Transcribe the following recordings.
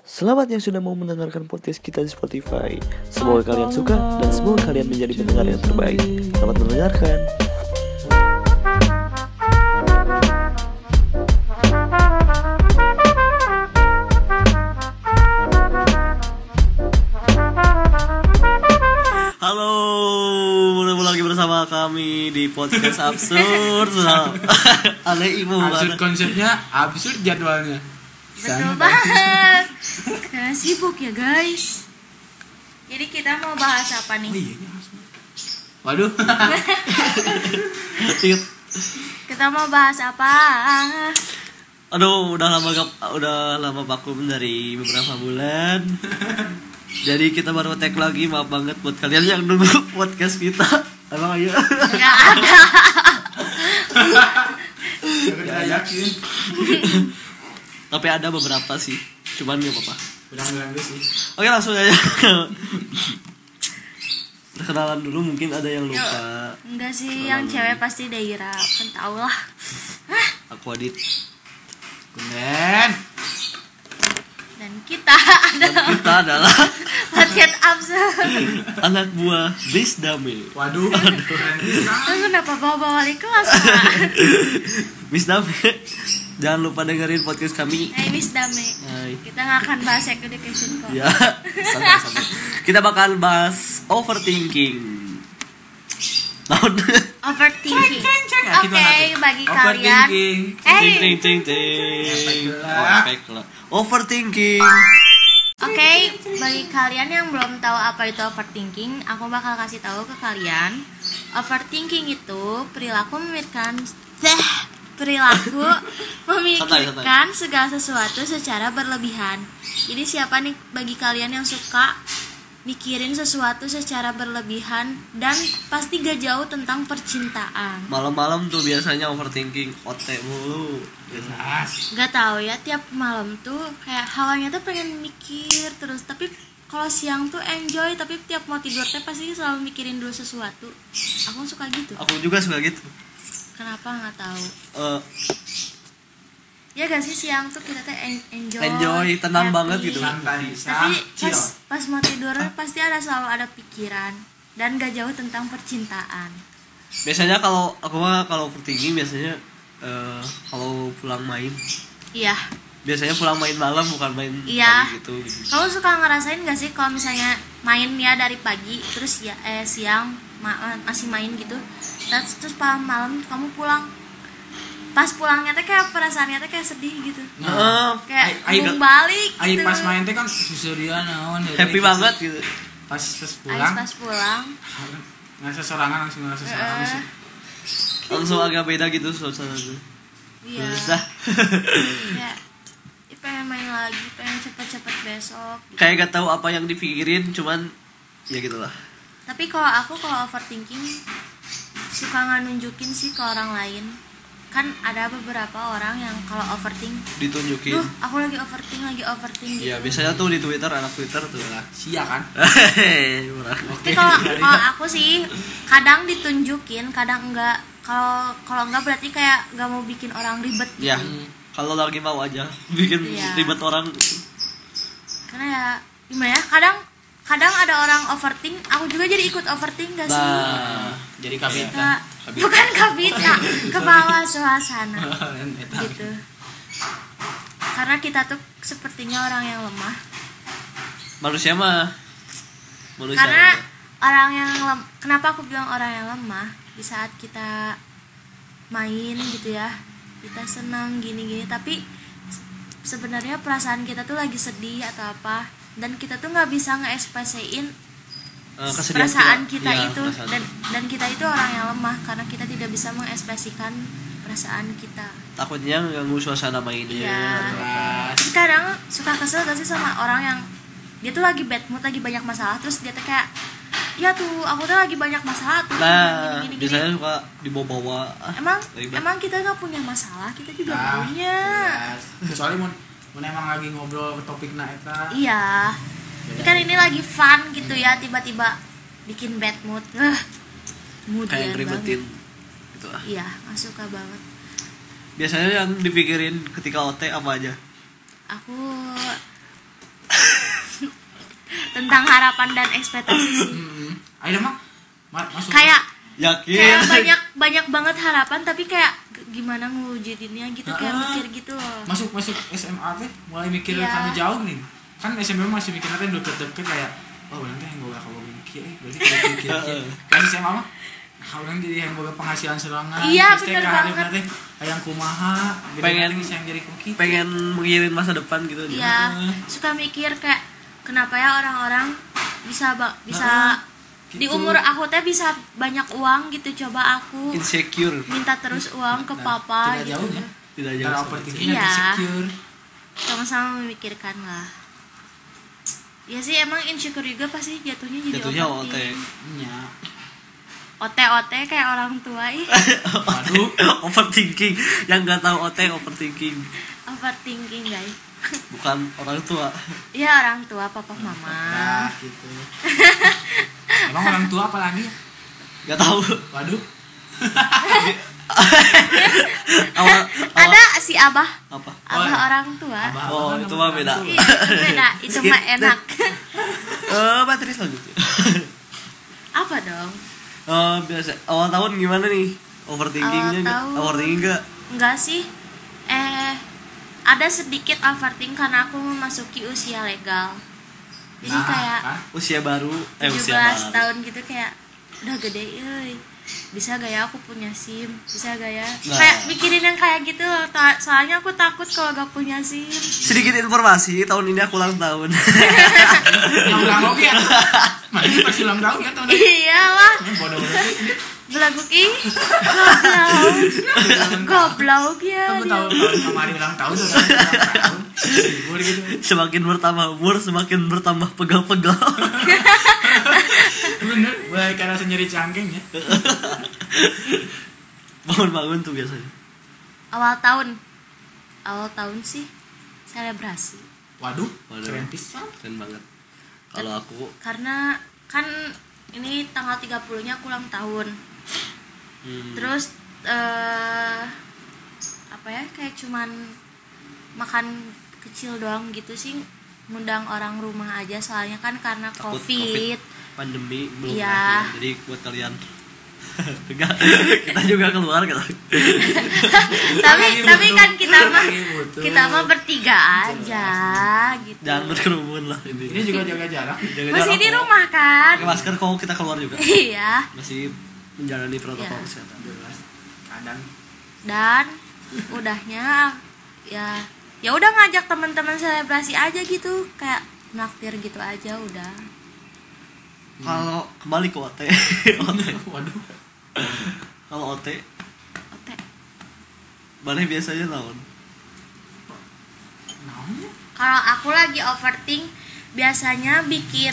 Selamat yang sudah mau mendengarkan podcast kita di Spotify. Semoga kalian suka dan semoga kalian menjadi pendengar yang terbaik. Selamat mendengarkan. Halo, bertemu lagi bersama kami di podcast Absurd. Aneh ibu absurd konsepnya, absurd jadwalnya. Betul banget. Karena sibuk ya guys. Jadi kita mau bahas apa nih? Waduh. Kita mau bahas apa? Aduh, udah lama vakum dari beberapa bulan. Jadi kita baru tag lagi, maaf banget buat kalian yang nunggu podcast kita. Emang ayo. Gak ada. Gak yakin. Tapi ada beberapa sih, cuman gak apa-apa. Bilang sih. Oke, langsung aja. Perkenalan dulu, mungkin ada yang lupa. Enggak sih, yang cewek pasti Daira, kan tau lah. Aku Adit. Kunden. Dan kita Adalah podcast Absurd. anak buah Bis Dame. Waduh. Kenapa bawa-bawa wali kelas? Bis Dame. Jangan lupa dengerin podcast kami. Hai Miss Dame. Hai. Kita gak akan bahas sex education kok. Ya, santai. Kita bakal bahas overthinking. Overthinking. Oke, bagi kalian. Overthinking. Oke, bagi kalian yang belum tahu apa itu overthinking, aku bakal kasih tahu ke kalian. Overthinking itu perilaku memikirkan segala sesuatu secara berlebihan. Jadi siapa nih bagi kalian yang suka mikirin sesuatu secara berlebihan dan pasti gak jauh tentang percintaan? Malam-malam tuh biasanya overthinking, otek mulu. Gak tahu ya, tiap malam tuh kayak hawanya tuh pengen mikir terus, tapi kalau siang tuh enjoy, tapi tiap mau tidur teh pasti selalu mikirin dulu sesuatu. Aku suka gitu. Aku juga suka gitu. Kenapa nggak tahu? Ya gak sih, siang tuh kita teh enjoy, tenang happy. banget gitu. Tapi pas mau tidur pasti selalu ada pikiran dan gak jauh tentang percintaan. Biasanya kalau aku mah kalau overthinking biasanya kalau pulang main. Iya. Biasanya pulang main malam, bukan main Iya. pagi gitu. Kamu suka ngerasain gak sih kalau misalnya main ya dari pagi terus ya siang masih main gitu, terus malam kamu pulang, pas pulangnya teh kayak perasaannya teh kayak sedih gitu, kayak belum balik gitu. Pas main teh kan susurian naon happy banget gitu. Pas pulang. Pas pulang Ngerasa sorangan, sih. Langsung agak beda gitu suasana tuh. Iya. Susah. Ya, pengen main lagi, pengen cepet-cepet besok gitu. Kayak gak tahu apa yang dipikirin, cuman ya gitulah. Tapi kalau overthinking suka nggak nunjukin sih ke orang lain. Kan ada beberapa orang yang kalau overthink ditunjukin. Duh, aku lagi overthink gitu. Iya, biasanya tuh di Twitter, anak Twitter tuh lah. Sia kan? Tapi kalau aku sih kadang ditunjukin, kadang enggak. Kalau enggak berarti kayak nggak mau bikin orang ribet gitu. Ya, kalau lagi mau aja bikin ribet orang. Karena ya gimana ya, kadang ada orang overthink, aku juga jadi ikut overthink gak sih? Nah, jadi kabita. Bukan kabita, ke bawah suasana gitu. Karena kita tuh sepertinya orang yang lemah. Manusia Karena orang yang kenapa aku bilang orang yang lemah? Di saat kita main gitu ya, kita senang gini-gini, tapi sebenarnya perasaan kita tuh lagi sedih atau apa, dan kita tuh nggak bisa ngekspresiin perasaan kita ya, itu perasaan. dan kita itu orang yang lemah karena kita tidak bisa mengekspresikan perasaan kita. Takutnya ganggu suasana mainnya. Iya. Kadang suka kesel gak sih sama orang yang dia tuh lagi bad mood, lagi banyak masalah, terus dia tuh kayak, ya tuh aku tuh lagi banyak masalah tuh. Nah, gini. biasanya suka dibawa-bawa. Emang kita nggak punya masalah, kita juga punya. Kecuali mau emang lagi ngobrol ke topik eta. Iya. Tapi kan ini lagi fun gitu ya, tiba-tiba bikin bad mood. Kayak ngeribetin gitu lah. Iya, nggak suka banget. Biasanya yang dipikirin ketika OT apa aja? Aku tentang harapan dan ekspektasi sih. Ayo mah masuk. Kayak Yakin. banyak banget harapan tapi kayak gimana ngewujudinnya gitu, kayak mikir gitu loh. Masuk SMA teh mulai mikir Iya. kami jauh nih. Kan SMP masih mikirnya teh deket-deket kayak oh nanti yang boga kaboga kieu berarti kieu. Kan SMA mah orang jadi yang boga penghasilan serangan. Iya, terus teh bener kaharep banget. nanti hayang kumaha, Pengen- bisa yang jadi kuki. Pengen mengirim masa depan gitu dia. Iya, suka mikir kayak kenapa ya orang-orang bisa di gitu. umur aku teh bisa banyak uang gitu, coba aku Insecure. minta terus uang ke papa tidak gitu. jauh ya. Tidak Cara jauh. overthinkingnya Iya. insecure. Sama-sama memikirkan lah. Ya sih emang insecure juga pasti jatuhnya jadi Jatuhnya OT. overthinking. Iya. OT kayak orang tua ih. Waduh. Overthinking. Yang nggak tahu OT overthinking. Overthinking guys. Bukan orang tua. Iya orang tua, papa mama. Nah, gitu. Emang orang tua apa lagi? Nggak tahu. Waduh. Awal Ada si abah, apa? abah iya. orang tua. Abah, Oh, abah itu nama mah orang beda. tua. Iya, itu beda, itu Skip mah enak. Materi selanjutnya. Apa dong? Biasa. Awal tahun gimana nih? Overthinkingnya Awal nggak? tahun. Overthinking nggak? Enggak sih. Ada sedikit overthinking karena aku memasuki usia legal. Jadi Nah, kayak kan? Usia baru. 17 Usia baru. tahun gitu kayak udah gede euy. Bisa gak ya aku punya SIM? Bisa gak ya? Nah. Kayak mikirin yang kayak gitu loh. Soalnya aku takut kalau gak punya SIM. Sedikit informasi, tahun ini aku ulang tahun. Yang ulang lagi ya. Mana ini pasti ulang tahun ya tahun ini. Iya lah. Bodoh-bodoh. Belagu ih. Goblok ya. Aku dia. tahu kemarin ulang tahun udah ulang tahun. Libur gitu. Semakin bertambah umur, semakin bertambah pegal-pegal. Bener, mulai karena nyeri cangkeng ya. Bangun-bangun tuh biasanya. Awal tahun sih selebrasi. Waduh, Waduh. keren pisan. Keren banget. Kalau aku Karena kan ini tanggal 30-nya aku ulang tahun. Terus apa ya, kayak cuman makan kecil doang gitu sih, ngundang orang rumah aja soalnya kan karena Takut COVID. pandemi belum Iya. berakhir. Jadi buat kalian enggak, kita juga keluar gitu. tapi kan Lagi butuh. kita mah bertiga aja gitu. Jangan berkerumun lah ini. Ini juga jaga jarak. Jaga Masih jarak di kok. rumah kan? Pakai masker kalau kita keluar juga. Iya. Masih menjalani protokol Iya. kesehatan. Jelas. Kadang Dan udahnya ya udah ngajak teman-teman selebrasi aja gitu, kayak naktir gitu aja udah. Kalau kembali ke OT. waduh. Kalau OT, Oke. mana biasanya naon? Naon? Kalau aku lagi overthink biasanya bikin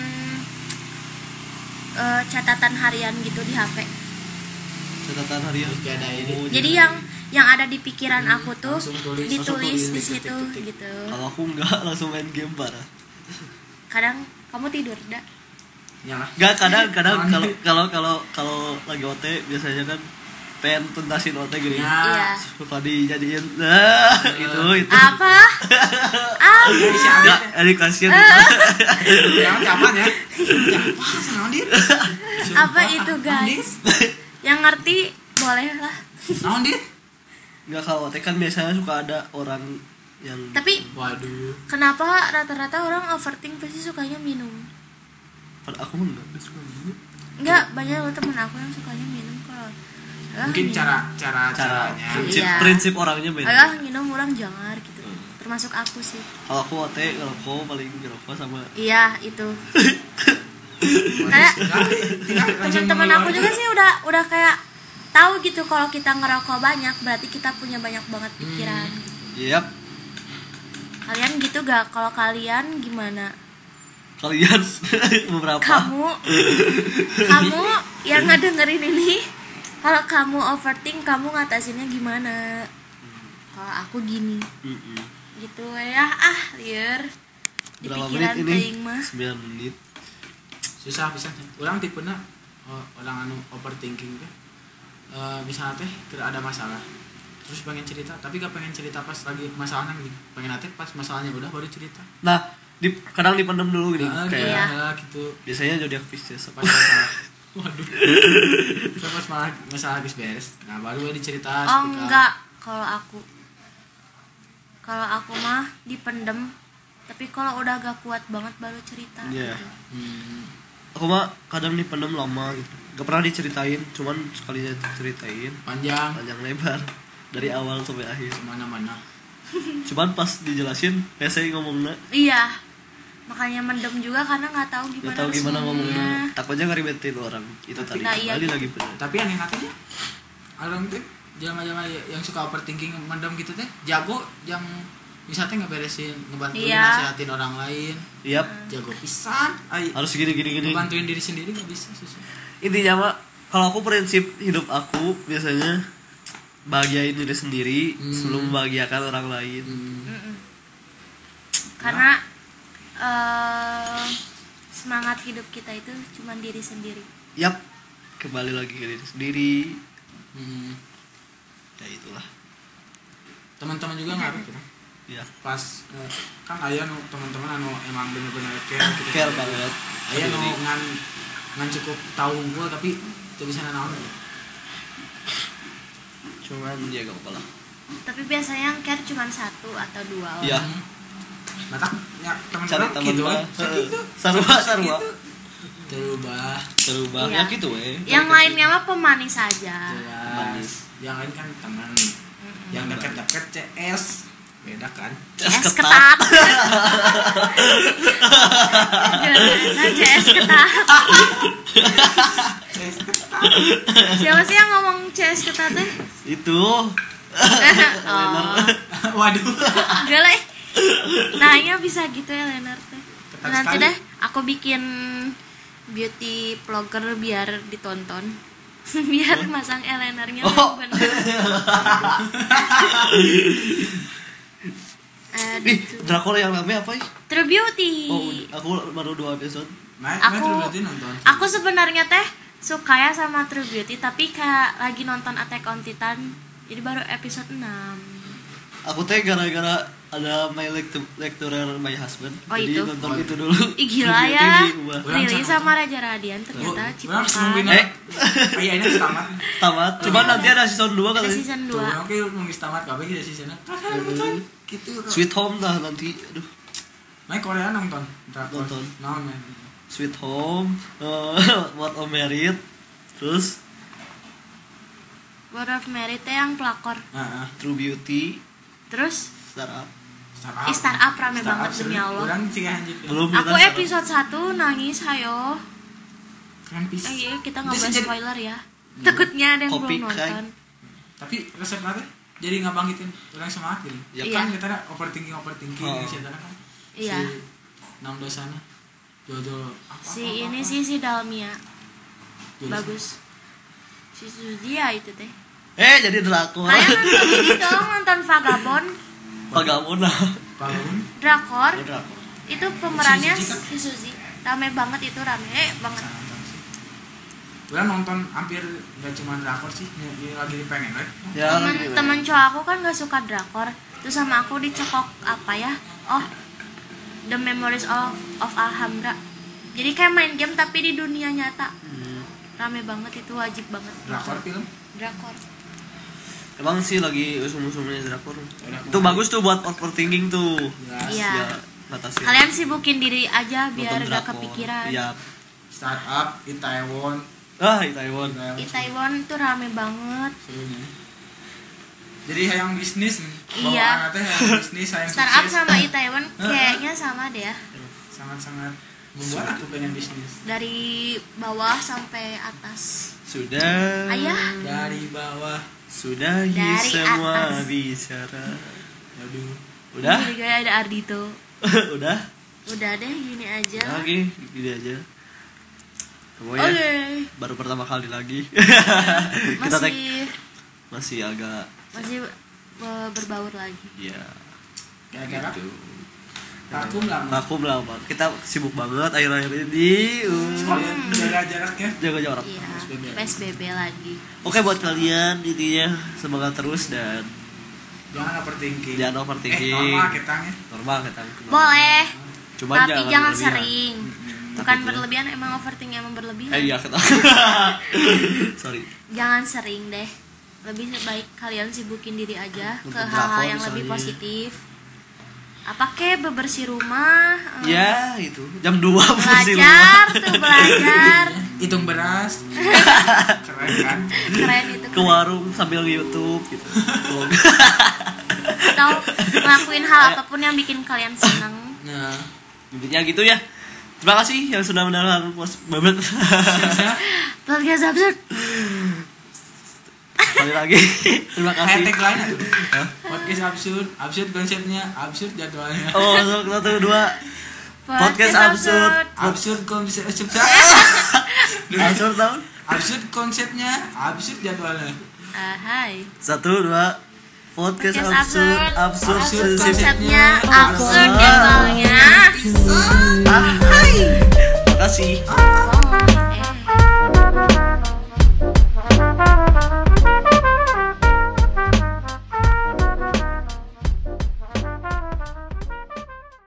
catatan harian gitu di HP. Catatan harian. Terus ada ini. Oh, Jadi yang ada di pikiran aku tuh langsung tulis. ditulis Langsung di tulis, situ titik-titik. gitu. Kalau aku enggak, langsung main game parah. Kadang kamu tidur dah. Nyala. Enggak, kadang Mandi. kalau lagi OT biasanya kan pengen tuntasin OT gini. Ya. Iya. Suka dijadiin itu. Apa? Ini si Apa? Enggak, edukasian. Jangan capan ya. Capan naon dir? Apa itu guys? Yang ngerti boleh lah. Naon dir? Enggak, kalau OT kan biasanya suka ada orang yang Tapi Waduh. kenapa rata-rata orang overthink pasti sukanya minum? pada aku enggak suka gitu. Enggak, banyak loh temen aku yang sukanya minum kalau Mungkin caranya. prinsip orangnya beda. Alah minum orang jangan gitu. Termasuk aku sih. Kalau aku OT ngerokok paling ngerokok sama Iya, itu. Kayak teman-teman aku juga sih udah kayak tahu gitu kalau kita ngerokok banyak berarti kita punya banyak banget pikiran gitu. Yap, Kalian gitu gak? Kalau kalian gimana? kalian beberapa Kamu yang ngedengerin ini, kalau kamu overthink kamu ngatasinnya gimana? Kalau aku gini, Mm-mm. gitu ya liar. Di Berapa pikiran menit ini? teuing mah. 9 menit. Susah bisa. Orang tipenya orang anu overthinking teh. Misalnya teh ada masalah. Terus pengen cerita, tapi gak pengen cerita pas lagi masalahnya gitu. Pengen nanti pas masalahnya udah baru cerita. Nah, kadang dipendam dulu gini kayak Iya. gitu. biasanya zodiak Pisces Pas masalah. Waduh. Pas masalah habis beres. Nah, baru diceritain. Oh enggak, kalau aku mah dipendem, tapi kalau udah agak kuat banget baru cerita. Iya. Gitu. Aku mah kadang dipendam lama gitu, gak pernah diceritain, cuman sekalinya diceritain Panjang lebar dari awal sampai akhir. kemana-mana. Cuman pas dijelasin saya ngomongnya Iya, makanya mendem juga karena nggak tahu gak tahu gimana ngomongnya, ngomongnya. takutnya ngeribetin orang itu tadi. Nah, iya. Kembali lagi bener. Tapi aneh katanya orang tuh jalan-jalan yang suka overthinking mendem gitu teh jago yang misalnya ngeberesin ngebantuin Iya. nasihatin orang lain Yap, jago pisan harus gini ngebantuin diri sendiri nggak bisa susah. intinya mah kalau aku prinsip hidup aku biasanya bahagiain diri sendiri sebelum membahagiakan orang lain. Karena semangat hidup kita itu cuma diri sendiri. Yap, kembali lagi ke diri sendiri. Ya itulah. Teman-teman juga ngaruh gitu. Ya, Pas kan aya nu teman-teman anu emang bener-bener care gitu. care banget. Aya nu ngan cukup tahu unggul tapi teu bisa nanaon. Cuman dia gak apa lah. Tapi biasanya yang care cuma 1 atau 2 orang. Iya. Matak ya Cari teman-teman teman gitu. mah. Sakitu. Sarua. Terubah. Ya Iya. gitu Yang lainnya mah pemanis saja. Jelas. Yang lain kan teman. Yang dekat-dekat CS beda kan. CS ketat. Nah, CS ketat. CS ketat. Siapa sih yang ngomong CS ketat teh? Itu. Oh. Waduh. Enggak lah. Nanya bisa gitu ya Leonard teh. Ketat Nanti sekali. deh aku bikin beauty vlogger biar ditonton. Biar masang eyelinernya Oh. yang bener. Ih, drakor yang rame apa ya? True Beauty. Oh, aku baru 2 episode. Aku- berarti nonton. Aku sebenarnya teh suka ya sama True Beauty, tapi kayak lagi nonton Attack on Titan. Jadi baru episode 6. Aku teh gara-gara ada My Lecturer My Husband. Oh, jadi itu. nonton itu dulu. Ih gila True ya. Beauty, wah. Orang Riri sama- sama Raja Radian ternyata Orang nungguin cipokan. Iya ini harus tamat. Tamat. Cuman nanti ada season 2 Ada katanya. season Tuh, 2. oke nunggu tamat kabeh gitu seasonnya. Gitu. Sweet Home dah nanti. Aduh. Main Korea nonton. Drakor. Nonton. Naon men. Sweet Home, What of Merit, terus Word of Merit teh yang pelakor. Heeh. True Beauty, Terus Startup. Startup rame banget demi Allah. Orang cik anjir. Belum Aku kita episode 1 nangis hayo. Keren pisan. Iya kita Bisa nggak boleh jadi- spoiler ya. Takutnya ada yang Kopi, belum nonton. Tapi resep nanti jadi ngabangkitin orang semangat gini. Ya Iya. Kan kita ada overthinking Oh. sih kan. Iya. Si Nam dosana. Jojo apa? Si Dalmia Jojo. bagus. Si Suzy ya itu teh. jadi drakor. Kayak nonton ini dong, nonton Vagabond. Vagabond lah. Bangun. Drakor. Oh, drakor. Itu pemerannya Si Suzy kan? si Suzy. Rame banget itu, rame banget. Udah nonton hampir gak cuma drakor sih, ini lagi pengen right? Ya, lagi Temen cowok aku kan gak suka drakor. Terus sama aku dicekok apa ya? Oh, The Memories of Alhambra. Jadi kayak main game tapi di dunia nyata. Rame banget itu, wajib banget. Drakor film? Drakor. Emang sih lagi usum-usumnya drakor. Drakor. Itu bagus tuh buat overthinking tuh. Jelas. Iya. Ya, ngatasin. Kalian sibukin diri aja biar Nonton gak drakor. kepikiran. Iya. Startup di Taiwan. Di Taiwan. Di Taiwan tuh rame banget. Serunya. Jadi hayang bisnis nih. Iya. Bawaan teh hayang bisnis, hayang Startup sukses. sama Taiwan kayaknya sama deh ya. Sangat-sangat membuat aku pengen bisnis. Dari bawah sampai atas. Sudah. Ayah. Dari bawah. Sudahi Dari semua atas. bicara. Aduh. Udah? Jadi kayak ada Ardito. Udah? Udah deh gini aja. Oke, gini aja. Pokoknya Oke. baru pertama kali lagi. Kita tag Masih masih agak berbaur lagi. ya Gara-gara gitu. vakum lah. Vakum lah, Pak. Kita sibuk banget akhir-akhir ini. Sekalian jaga jaraknya. Jaga jarak. Iya. PSBB. PSBB lagi. Oke, buat kalian intinya semangat terus dan Jangan overthinking. jangan overthinking. Normal kita nya. Normal kita. Boleh. Cuman tapi jangan berlebihan. sering. Bukan Takutnya. berlebihan, emang overthinking emang berlebihan. Iya kata. Sorry. Jangan sering deh. Lebih baik kalian sibukin diri aja ke Nonton hal-hal drakor yang lebih misalnya. positif. Apa kek bebersih rumah, Ya itu jam 2 bersih rumah. belajar tuh belajar. Hitung beras. Keren kan? Keren itu. Ke warung sambil YouTube gitu. Vlog. Atau ngelakuin hal apapun yang bikin kalian seneng. Nah, Intinya gitu ya. Terima kasih yang sudah mendengarkan babet. Podcast absurd. Sekali lagi. Terima kasih. hashtag lain tuh. Podcast absurd konsepnya, absurd jadwalnya. Oh, 1, 2. Podcast absurd. Absurd konsep Absurd tahun. absurd konsepnya, absurd jadwalnya. Hai. 1, 2. Podcast absurd. Absurd Absurd prinsip. konsepnya, absurd jadwalnya. Hai. Terima kasih.